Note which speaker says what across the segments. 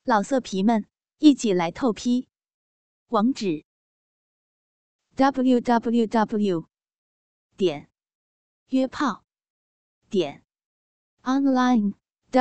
Speaker 1: 老色皮们，一起来透批！网址 www.约炮online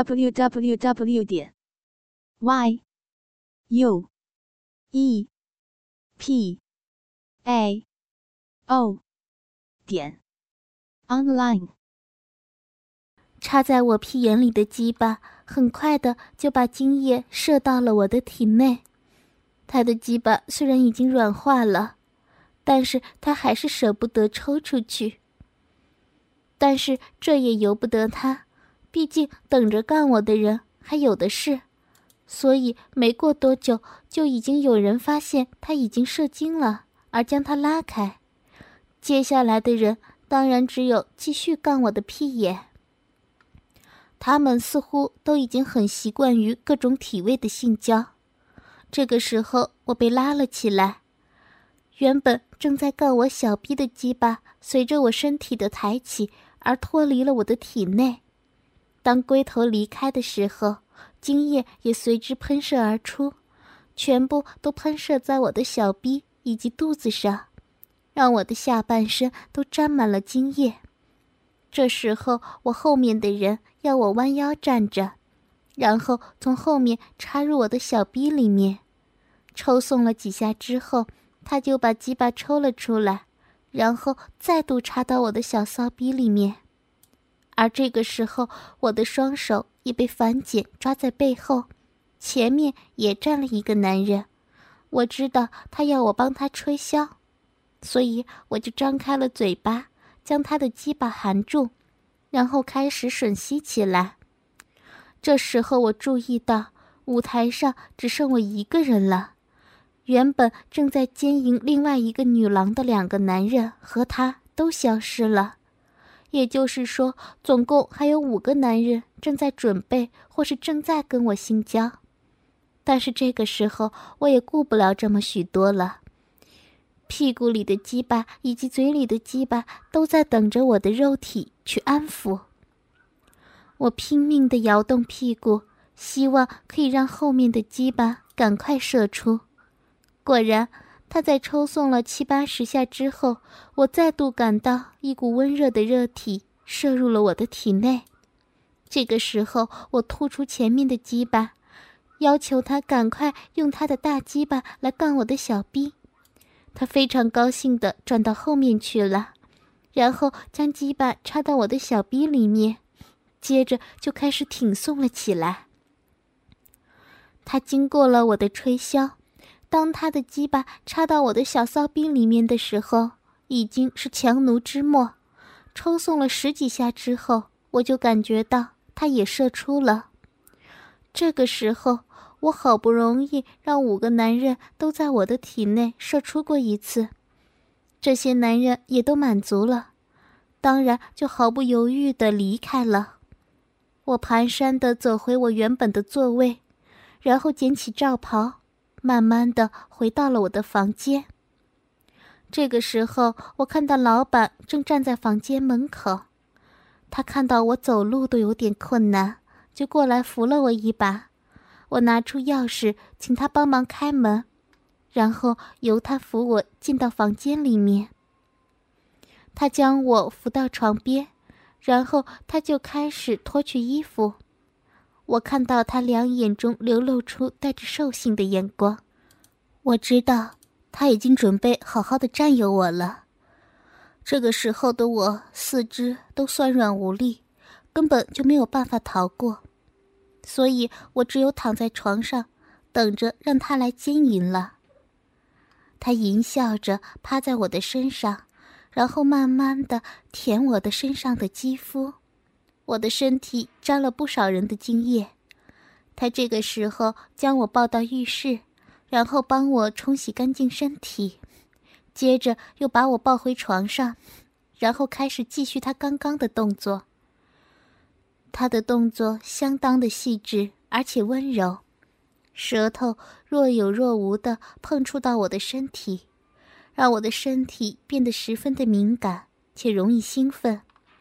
Speaker 1: www.yuepao.online。
Speaker 2: 插在我屁眼里的鸡巴很快的就把精液射到了我的体内。他的鸡巴虽然已经软化了，但是他还是舍不得抽出去。但是这也由不得他，毕竟等着干我的人还有的是，所以没过多久就已经有人发现他已经射精了，而将他拉开。接下来的人当然只有继续干我的屁眼。他们似乎都已经很习惯于各种体位的性交。这个时候我被拉了起来，原本正在干我小逼的鸡巴随着我身体的抬起而脱离了我的体内。当龟头离开的时候，精液也随之喷射而出，全部都喷射在我的小逼以及肚子上，让我的下半身都沾满了精液。这时候我后面的人要我弯腰站着，然后从后面插入我的小逼里面，抽送了几下之后，他就把鸡巴抽了出来，然后再度插到我的小骚逼里面。而这个时候我的双手也被反剪抓在背后，前面也站了一个男人。我知道他要我帮他吹箫，所以我就张开了嘴巴，将他的鸡巴含住，然后开始吮吸起来。这时候我注意到舞台上只剩我一个人了，原本正在奸淫另外一个女郎的两个男人和他都消失了，也就是说总共还有5个男人正在准备或是正在跟我性交。但是这个时候我也顾不了这么许多了，屁股里的鸡巴以及嘴里的鸡巴都在等着我的肉体去安抚。我拼命地摇动屁股，希望可以让后面的鸡巴赶快射出。果然，他在抽送了70-80下之后，我再度感到一股温热的热体射入了我的体内。这个时候，我突出前面的鸡巴，要求他赶快用他的大鸡巴来干我的小逼。他非常高兴地转到后面去了，然后将鸡巴插到我的小逼里面，接着就开始挺送了起来。他经过了我的吹箫，当他的鸡巴插到我的小骚逼里面的时候，已经是强弩之末。抽送了10几下之后，我就感觉到他也射出了。这个时候，我好不容易让5个男人都在我的体内射出过一次，这些男人也都满足了，当然就毫不犹豫地离开了。我蹒跚地走回我原本的座位，然后捡起罩袍，慢慢地回到了我的房间。这个时候，我看到老板正站在房间门口，他看到我走路都有点困难，就过来扶了我一把。我拿出钥匙，请他帮忙开门，然后由他扶我进到房间里面。他将我扶到床边，然后他就开始脱去衣服。我看到他两眼中流露出带着兽性的眼光，我知道他已经准备好好的占有我了。这个时候的我四肢都酸软无力，根本就没有办法逃过，所以我只有躺在床上，等着让他来奸淫了。他淫笑着趴在我的身上，然后慢慢地舔我的身上的肌肤。我的身体沾了不少人的精液。他这个时候将我抱到浴室，然后帮我冲洗干净身体，接着又把我抱回床上，然后开始继续他刚刚的动作。他的动作相当的细致而且温柔，舌头若有若无地碰触到我的身体，让我的身体变得十分的敏感且容易兴奋。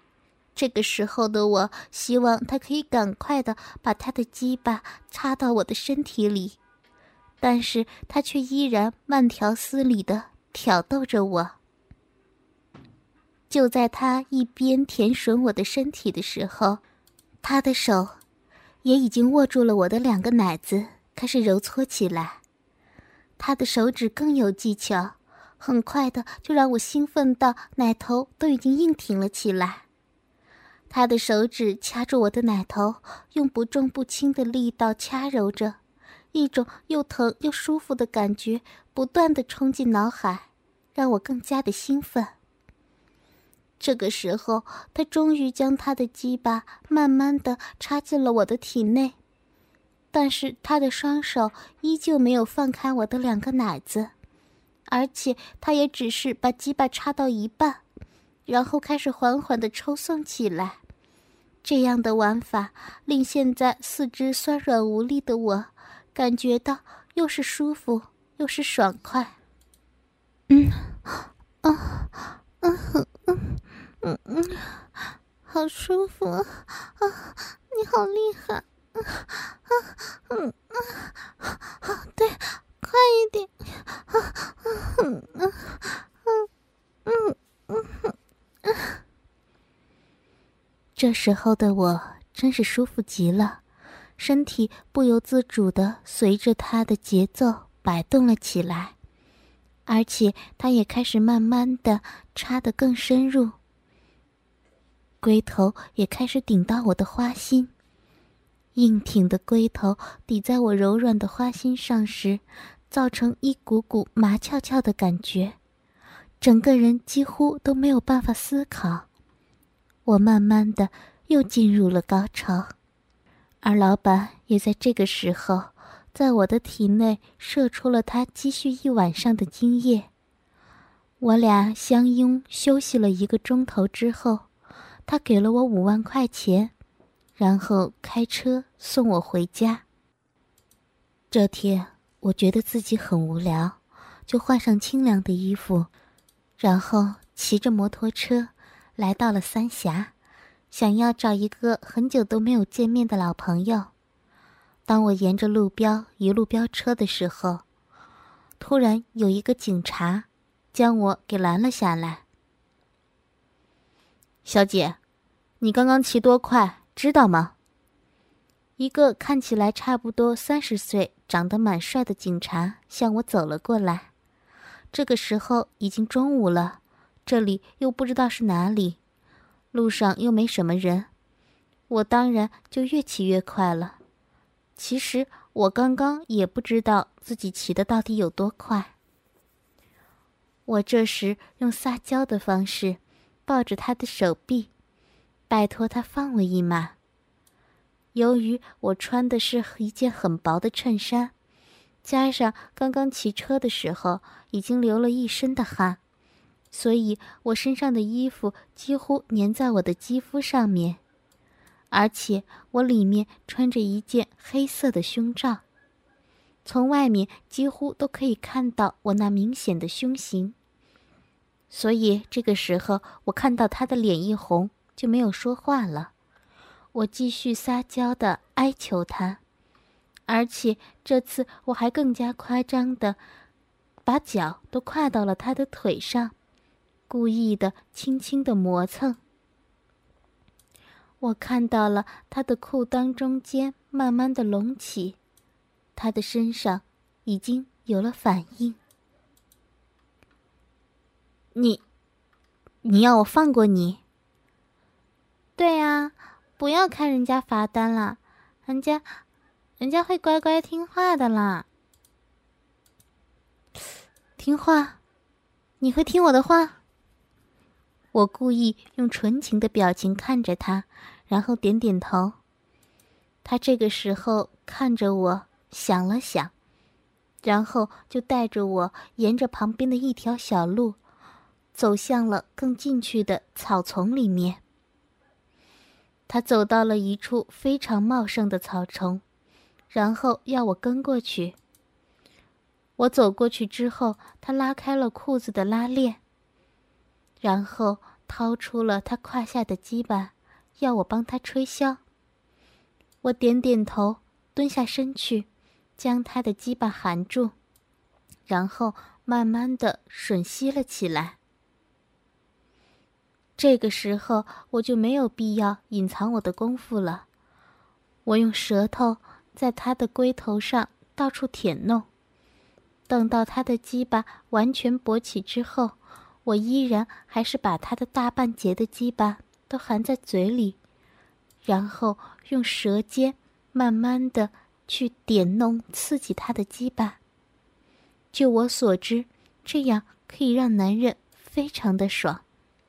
Speaker 2: 这个时候的我希望他可以赶快的把他的鸡巴插到我的身体里，但是他却依然慢条斯理的挑逗着我。就在他一边舔吮我的身体的时候，他的手也已经握住了我的2个奶子，开始揉搓起来。他的手指更有技巧，很快的就让我兴奋到奶头都已经硬挺了起来。他的手指掐住我的奶头，用不重不轻的力道掐揉着，一种又疼又舒服的感觉不断的冲进脑海，让我更加的兴奋。这个时候，他终于将他的鸡巴慢慢地插进了我的体内，但是他的双手依旧没有放开我的2个奶子，而且他也只是把鸡巴插到一半，然后开始缓缓地抽送起来。这样的玩法令现在四肢酸软无力的我感觉到又是舒服又是爽快。好舒服啊！你好厉害！对，快一点！这时候的我真是舒服极了，身体不由自主地随着他的节奏摆动了起来，而且他也开始慢慢地插得更深入，龟头也开始顶到我的花心。硬挺的龟头抵在我柔软的花心上时，造成一股股麻翘翘的感觉，整个人几乎都没有办法思考。我慢慢的又进入了高潮，而老板也在这个时候在我的体内射出了他积蓄1晚上的精液。我俩相拥休息了1个钟头之后，他给了我5万块钱，然后开车送我回家。这天我觉得自己很无聊，就换上清凉的衣服，然后骑着摩托车来到了三峡，想要找一个很久都没有见面的老朋友。当我沿着路标一路飙车的时候，突然有一个警察将我给拦了下来。小姐，你刚刚骑多快，知道吗？一个看起来差不多30岁、长得蛮帅的警察向我走了过来。这个时候已经中午了，这里又不知道是哪里，路上又没什么人，我当然就越骑越快了。其实我刚刚也不知道自己骑的到底有多快。我这时用撒娇的方式抱着他的手臂，拜托他放我一马。由于我穿的是一件很薄的衬衫，加上刚刚骑车的时候已经流了一身的汗，所以我身上的衣服几乎粘在我的肌肤上面，而且我里面穿着一件黑色的胸罩，从外面几乎都可以看到我那明显的胸型。所以这个时候我看到他的脸一红，就没有说话了。我继续撒娇地哀求他，而且这次我还更加夸张地把脚都跨到了他的腿上，故意地轻轻地磨蹭。我看到了他的裤裆中间慢慢地隆起，他的身上已经有了反应。你要我放过你？对啊，不要看人家罚单了，人家会乖乖听话的啦。听话？你会听我的话？我故意用纯情的表情看着他，然后点点头。他这个时候看着我，想了想，然后就带着我沿着旁边的一条小路，走向了更进去的草丛里面。他走到了一处非常茂盛的草丛，然后要我跟过去。我走过去之后，他拉开了裤子的拉链，然后掏出了他胯下的鸡巴， 要我帮他吹箫。我点点头，蹲下身去，将他的鸡巴含住，然后慢慢地吮吸了起来。这个时候我就没有必要隐藏我的功夫了，我用舌头在他的龟头上到处舔弄，等到他的鸡巴完全勃起之后，我依然还是把他的大半截的鸡巴都含在嘴里，然后用舌尖慢慢地去点弄刺激他的鸡巴。就我所知，这样可以让男人非常的爽。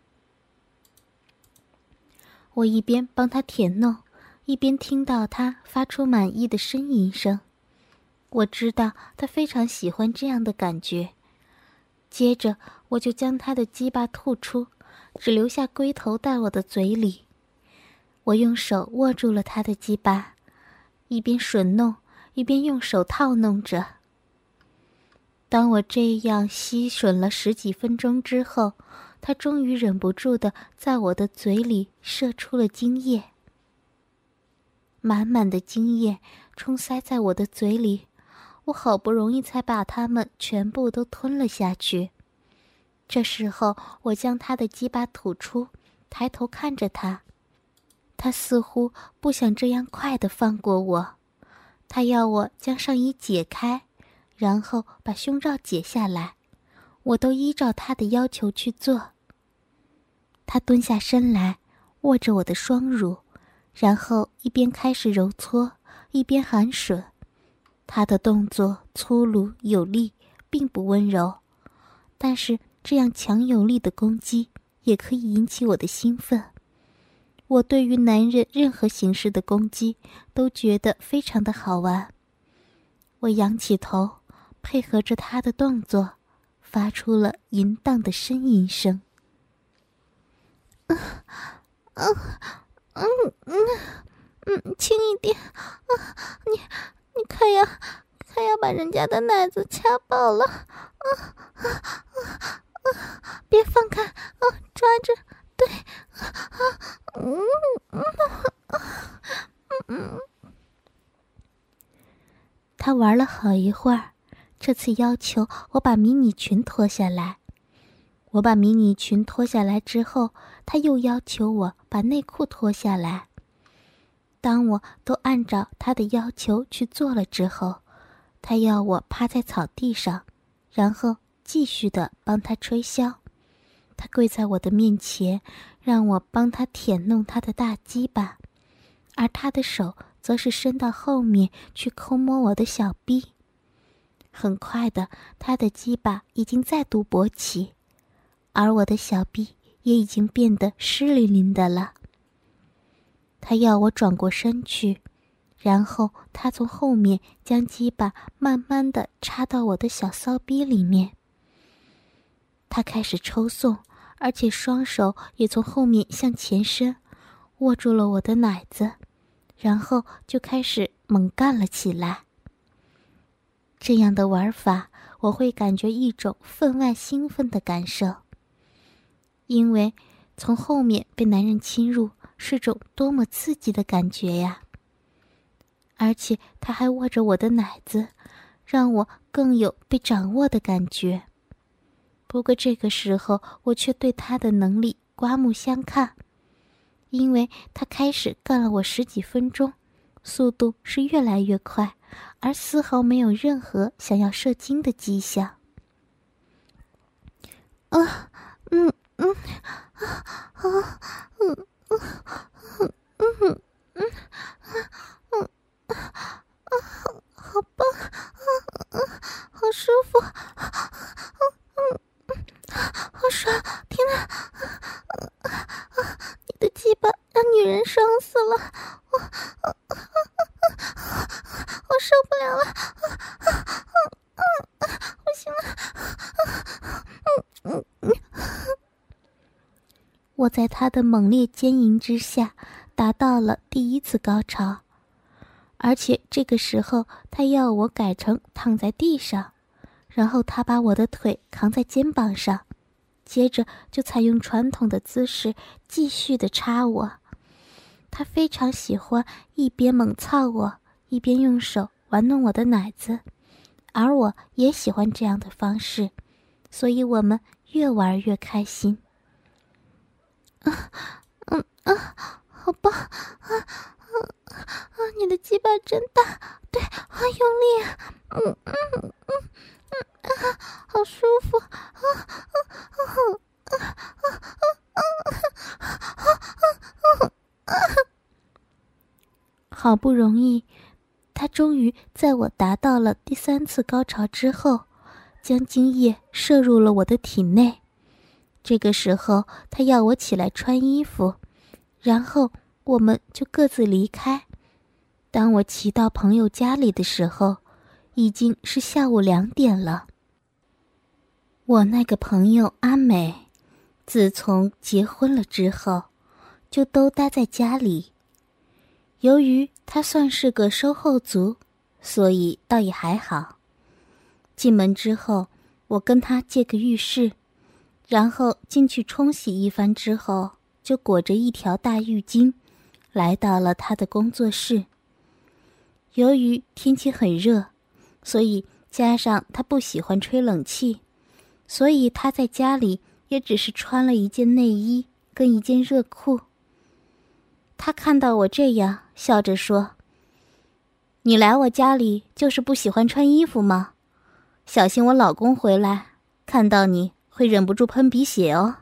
Speaker 2: 我一边帮他舔弄，一边听到他发出满意的呻吟声。我知道他非常喜欢这样的感觉。接着我就将他的鸡巴吐出，只留下龟头在我的嘴里。我用手握住了他的鸡巴，一边吮弄，一边用手套弄着。当我这样吸吮了10几分钟之后，他终于忍不住地在我的嘴里射出了精液。满满的精液冲塞在我的嘴里，我好不容易才把它们全部都吞了下去。这时候我将他的鸡巴吐出，抬头看着他，他似乎不想这样快地放过我，他要我将上衣解开，然后把胸罩解下来，我都依照他的要求去做。他蹲下身来，握着我的双乳，然后一边开始揉搓，一边含吮。他的动作粗鲁有力，并不温柔，但是这样强有力的攻击也可以引起我的兴奋。我对于男人任何形式的攻击都觉得非常的好玩。我仰起头，配合着他的动作，发出了淫荡的呻吟声。轻一点，你快要把人家的奶子掐爆了，别放开，抓着，对，他玩了好一会儿，这次要求我把迷你裙脱下来。我把迷你裙脱下来之后，他又要求我把内裤脱下来。当我都按照他的要求去做了之后，他要我趴在草地上，然后继续的帮他吹箫。他跪在我的面前，让我帮他舔弄他的大鸡巴，而他的手则是伸到后面去抠摸我的小臂。很快的，他的鸡巴已经再度勃起，而我的小臂也已经变得湿淋淋的了。他要我转过身去，然后他从后面将鸡巴慢慢地插到我的小骚逼里面。他开始抽送，而且双手也从后面向前伸，握住了我的奶子，然后就开始猛干了起来。这样的玩法，我会感觉一种分外兴奋的感受，因为从后面被男人侵入是种多么刺激的感觉呀！而且他还握着我的奶子，让我更有被掌握的感觉。不过这个时候，我却对他的能力刮目相看，因为他开始干了我10几分钟，速度是越来越快，而丝毫没有任何想要射精的迹象。好棒，好舒服，好爽！天哪，你的鸡巴让女人爽死了，我受不了了，不行了！我在他的猛烈奸淫之下达到了第1次高潮，而且这个时候他要我改成躺在地上，然后他把我的腿扛在肩膀上，接着就采用传统的姿势继续的插我。 他非常喜欢一边猛操我，一边用手玩弄我的奶子，而我也喜欢这样的方式，所以我们越玩越开心。好棒啊！你的鸡巴真大，对，好用力啊！好舒服好不容易，他终于在我达到了第3次高潮之后，将精液射入了我的体内。这个时候，他要我起来穿衣服，然后我们就各自离开。当我骑到朋友家里的时候，已经是下午2点了。我那个朋友阿美，自从结婚了之后，就都待在家里。由于她算是个售后族，所以倒也还好。进门之后，我跟她借个浴室，然后进去冲洗一番之后，就裹着一条大浴巾，来到了她的工作室。由于天气很热，所以加上她不喜欢吹冷气，所以她在家里也只是穿了一件内衣跟一件热裤。她看到我这样，笑着说：“你来我家里就是不喜欢穿衣服吗？小心我老公回来，看到你会忍不住喷鼻血哦。”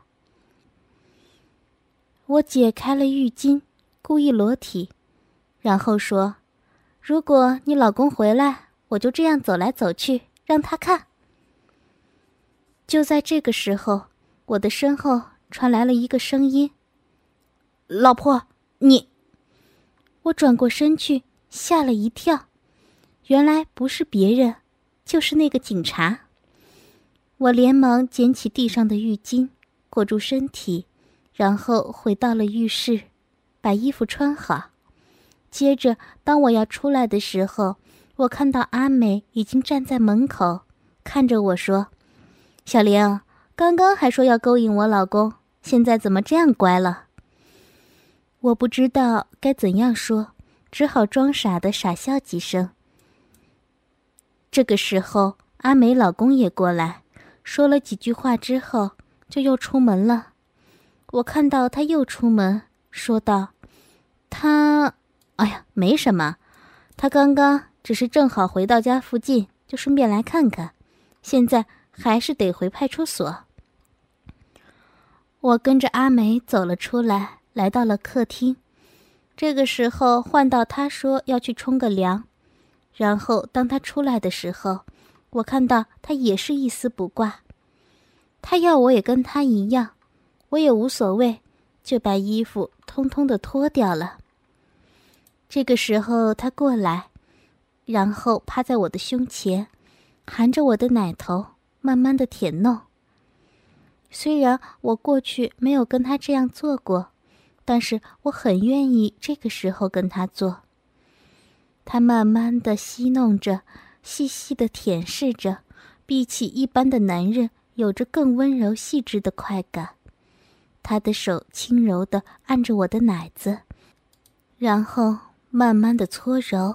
Speaker 2: 我解开了浴巾，故意裸体，然后说：“如果你老公回来，我就这样走来走去，让他看。”就在这个时候，我的身后传来了一个声音：“老婆，你……”我转过身去，吓了一跳，原来不是别人，就是那个警察。我连忙捡起地上的浴巾，裹住身体，然后回到了浴室，把衣服穿好。接着，当我要出来的时候，我看到阿美已经站在门口，看着我说：“小玲，刚刚还说要勾引我老公，现在怎么这样乖了？”我不知道该怎样说，只好装傻的傻笑几声。这个时候，阿美老公也过来，说了几句话之后，就又出门了。我看到他又出门，说道：“哎呀，没什么，他刚刚只是正好回到家附近，就顺便来看看，现在还是得回派出所。”我跟着阿美走了出来，来到了客厅。这个时候换到他说要去冲个凉，然后当他出来的时候，我看到他也是一丝不挂。他要我也跟他一样，我也无所谓，就把衣服通通的脱掉了。这个时候他过来，然后趴在我的胸前，含着我的奶头，慢慢的舔弄。虽然我过去没有跟他这样做过，但是我很愿意这个时候跟他做。他慢慢的戏弄着，细细的舔舐着，比起一般的男人有着更温柔细致的快感。他的手轻柔地按着我的奶子，然后慢慢地搓揉。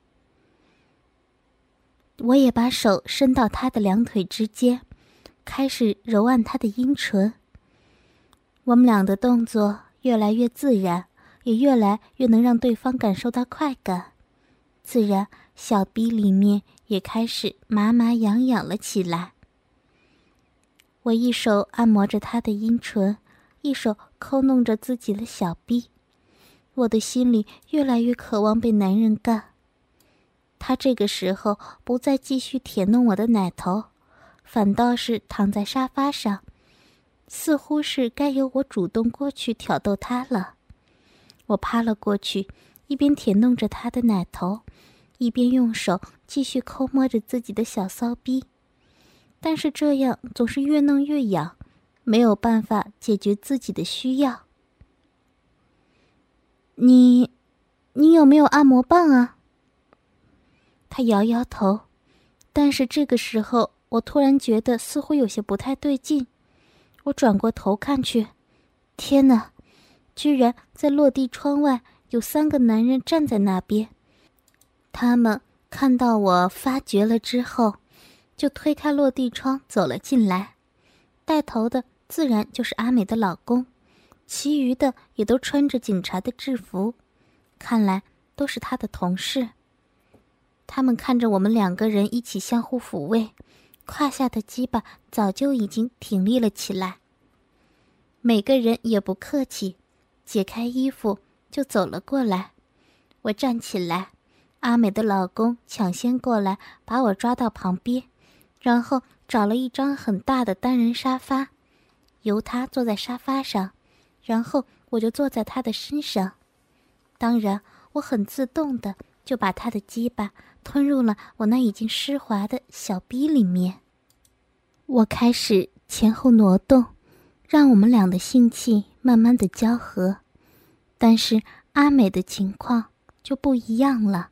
Speaker 2: 我也把手伸到他的两腿之间，开始揉按他的阴唇。我们俩的动作越来越自然，也越来越能让对方感受到快感。自然，小臂里面也开始麻麻痒痒了起来。我一手按摩着他的阴唇，一手抠弄着自己的小臂。我的心里越来越渴望被男人干。他这个时候不再继续舔弄我的奶头，反倒是躺在沙发上，似乎是该由我主动过去挑逗他了。我趴了过去，一边舔弄着他的奶头，一边用手继续抠摸着自己的小骚逼。但是这样总是越弄越痒，没有办法解决自己的需要。你有没有按摩棒啊？他摇摇头，但是这个时候我突然觉得似乎有些不太对劲。我转过头看去，天哪，居然在落地窗外有3个男人站在那边。他们看到我发觉了之后，就推开落地窗走了进来。带头的自然就是阿美的老公，其余的也都穿着警察的制服，看来都是他的同事。他们看着我们2个人一起相互抚慰，胯下的鸡巴早就已经挺立了起来。每个人也不客气，解开衣服就走了过来。我站起来，阿美的老公抢先过来把我抓到旁边，然后找了一张很大的单人沙发，由他坐在沙发上，然后我就坐在他的身上。当然我很自动的就把他的鸡巴吞入了我那已经湿滑的小逼里面。我开始前后挪动，让我们俩的性气慢慢的交合。但是阿美的情况就不一样了。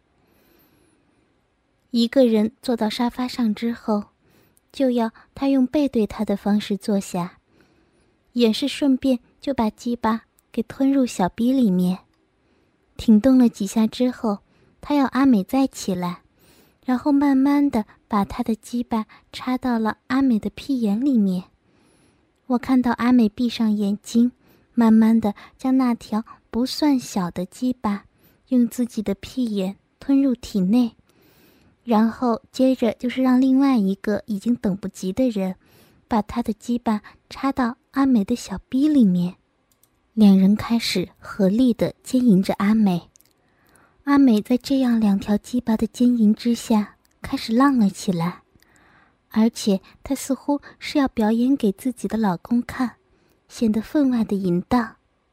Speaker 2: 一个人坐到沙发上之后，就要他用背对他的方式坐下，也是顺便就把鸡巴给吞入小逼里面。挺动了几下之后，他要阿美再起来，然后慢慢的把他的鸡巴插到了阿美的屁眼里面。我看到阿美闭上眼睛，慢慢的将那条不算小的鸡巴用自己的屁眼吞入体内，然后接着就是让另外一个已经等不及的人把他的鸡巴插到阿美的小逼里面。2人开始合力的奸淫着阿美。阿美在这样2条鸡巴的奸淫之下开始浪了起来，而且她似乎是要表演给自己的老公看，显得分外的淫荡。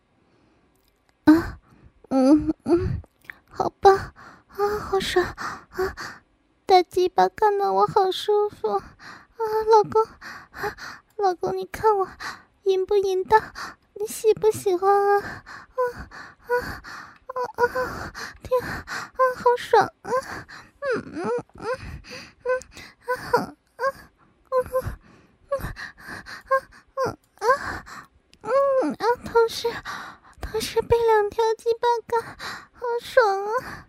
Speaker 2: 好棒啊，好爽啊！大鸡巴看到我好舒服啊，老公，你看我淫不淫荡？你喜不喜欢啊？天啊，好爽啊！同时被2条鸡巴干，好爽啊！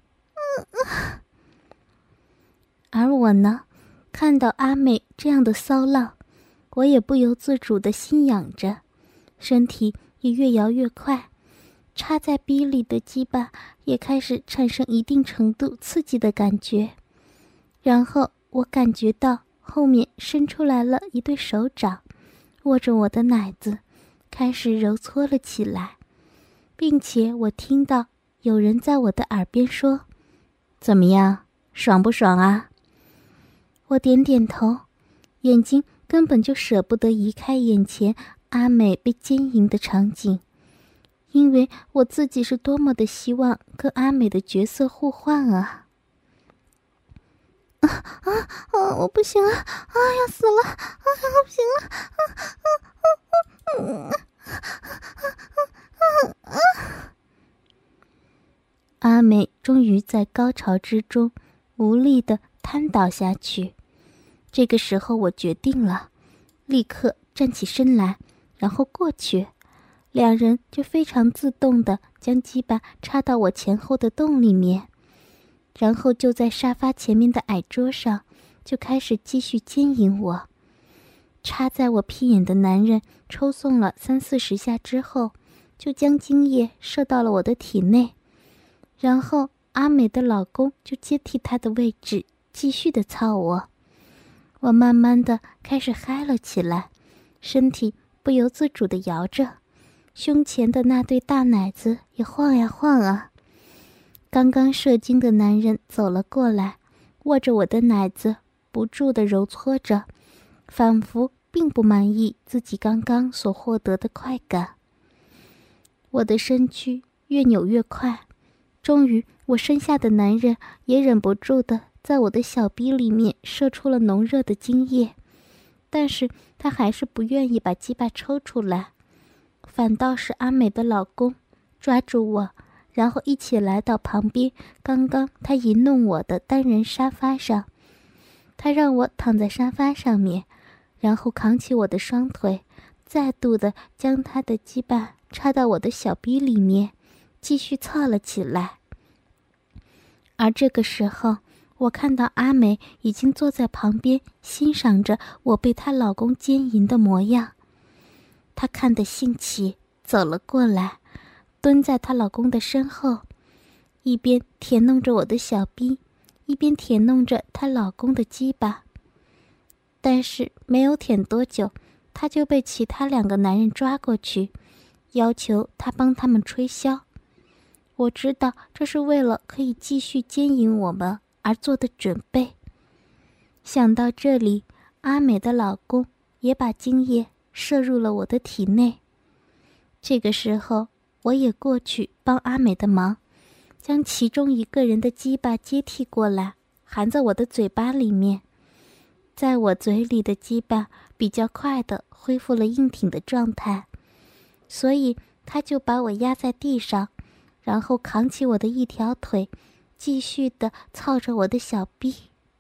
Speaker 2: 而我呢，看到阿美这样的骚浪，我也不由自主的心痒着，身体也越摇越快，插在逼里的鸡巴也开始产生一定程度刺激的感觉。然后我感觉到后面伸出来了一对手掌，握着我的奶子，开始揉搓了起来，并且我听到有人在我的耳边说：“怎么样，爽不爽啊？”我点点头，眼睛根本就舍不得移开眼前阿美被奸淫的场景，因为我自己是多么的希望跟阿美的角色互换啊！我不行了啊，要死了啊，不行了！阿美终于在高潮之中无力地瘫倒下去。这个时候我决定了，立刻站起身来，然后过去，2人就非常自动地将鸡巴插到我前后的洞里面，然后就在沙发前面的矮桌上就开始继续奸淫我。插在我屁眼的男人抽送了30-40下之后，就将精液射到了我的体内，然后阿美的老公就接替他的位置继续的操我。我慢慢的开始嗨了起来，身体不由自主的摇着，胸前的那对大奶子也晃呀晃啊。刚刚射精的男人走了过来，握着我的奶子不住地揉搓着，仿佛并不满意自己刚刚所获得的快感。我的身躯越扭越快，终于我身下的男人也忍不住的在我的小逼里面射出了浓热的精液，但是他还是不愿意把鸡巴抽出来，反倒是阿美的老公抓住我，然后一起来到旁边刚刚他淫弄我的单人沙发上。他让我躺在沙发上面，然后扛起我的双腿，再度的将他的鸡巴插到我的小逼里面， 继续操了起来。而这个时候，我看到阿美已经坐在旁边欣赏着我被她老公奸淫的模样。她看得兴起，走了过来，蹲在她老公的身后，一边舔弄着我的小逼，一边舔弄着她老公的鸡巴。但是没有舔多久，她就被其他2个男人抓过去，要求她帮他们吹箫。我知道这是为了可以继续奸淫我们而做的准备。想到这里，阿美的老公也把精液射入了我的体内。这个时候，我也过去帮阿美的忙，将其中一个人的鸡巴接替过来，含在我的嘴巴里面。在我嘴里的鸡巴比较快地恢复了硬挺的状态，所以他就把我压在地上，然后扛起我的一条腿，继续地操着我的小臂。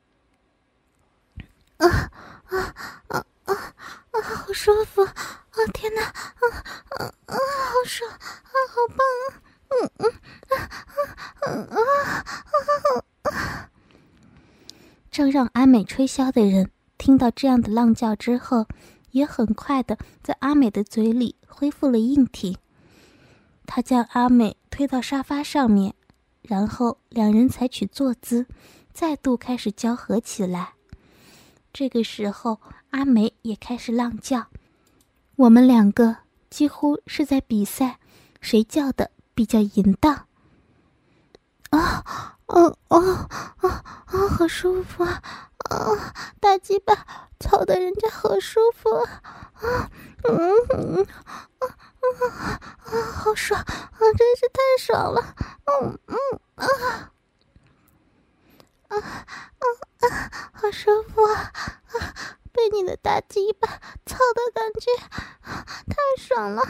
Speaker 2: 好舒服啊！天哪，好爽啊，好棒啊！正让阿美吹箫的人听到这样的浪叫之后，也很快地在阿美的嘴里恢复了硬挺。他将阿美推到沙发上面，然后2人采取坐姿，再度开始交合起来。这个时候，阿美也开始浪叫，我们2个几乎是在比赛谁叫的比较淫荡。好舒服啊！大鸡巴操的人家好舒服啊！好爽啊！真是太爽了！好舒服啊！被你的大鸡巴操的感觉太爽了！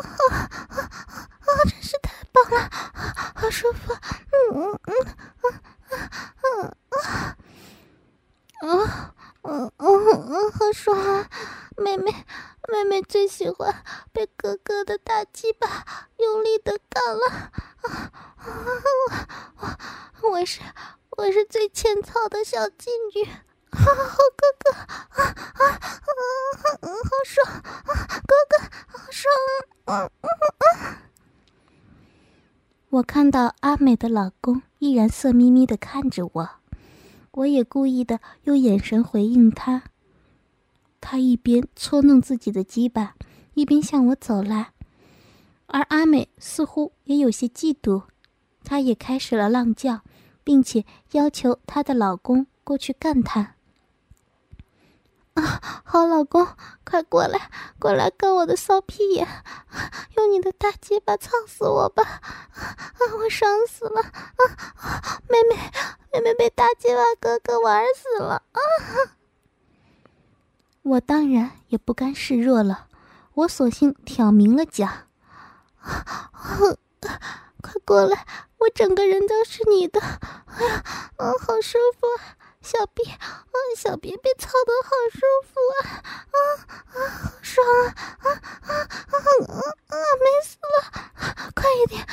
Speaker 2: 真是太棒了！好舒服！好爽啊！妹妹最喜欢被哥哥的大鸡巴用力的干了。我是最欠操的小妓女。好哥哥，好爽！哥哥，好爽！我看到阿美的老公依然色眯眯地看着我，我也故意的用眼神回应他。他一边搓弄自己的鸡巴，一边向我走来，而阿美似乎也有些嫉妒，她也开始了浪叫，并且要求她的老公过去干她。好老公，快过来干我的骚屁眼，用你的大鸡巴操死我吧！我爽死了！妹妹被大鸡巴哥哥玩死了！我当然也不甘示弱了，我索性挑明了讲：快过来，我整个人都是你的！好舒服啊！小臂被操得好舒服啊！好爽啊！美死了！快一点！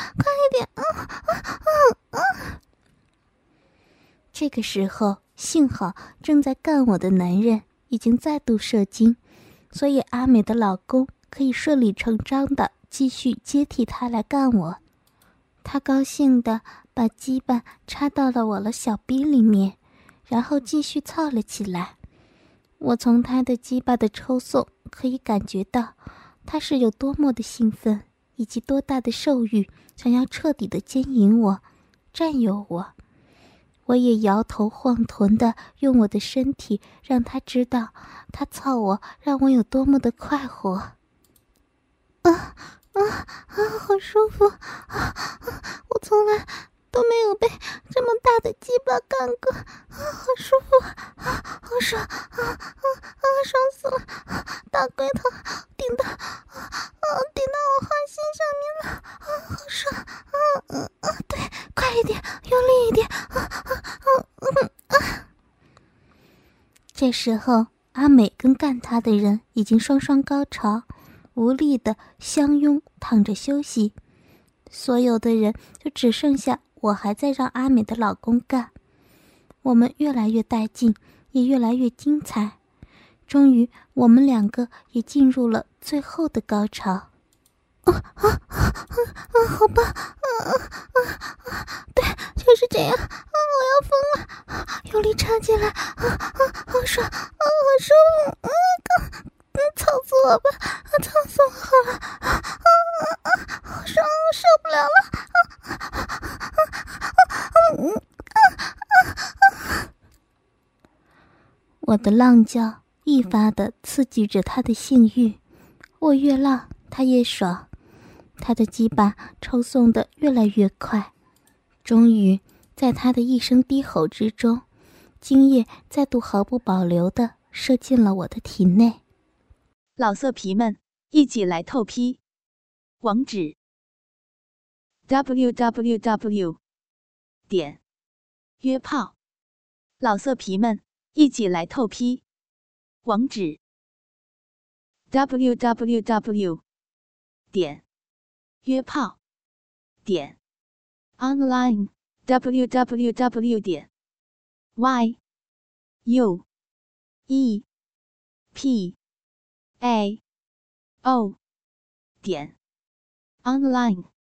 Speaker 2: 这个时候，幸好正在干我的男人已经再度射精，所以阿美的老公可以顺理成章地继续接替他来干我。他高兴地把鸡巴插到了我的小逼里面，然后继续操了起来。我从他的鸡巴的抽送可以感觉到他是有多么的兴奋，以及多大的兽欲，想要彻底的奸淫我，占有我。我也摇头晃臀的用我的身体让他知道他操我让我有多么的快活。好舒服！我从来都没有被这么大的鸡巴干过，好舒服，好爽，爽死了！大龟头顶到我花心上面了，好爽！对，快一点，用力一点！这时候，阿美跟干她的人已经双双高潮，无力的相拥躺着休息。 所有的人就只剩下我还在让阿美的老公干。我们越来越带劲，也越来越精彩。终于，我们2个也进入了最后的高潮。好棒！对，就是这样。我要疯了！用力插进来！好爽！好舒服！操死我吧！操死我好了！好爽！受不了了！我的浪叫一发地刺激着他的性欲，我越浪，他越爽，他的鸡巴抽送得越来越快。终于，在他的一声低吼之中，精液再度毫不保留地射进了我的体内。
Speaker 1: 老色皮们，一起来透批！网址 www.约炮。老色皮们，一起来透批！网址 www.约炮.online www.yuepao.online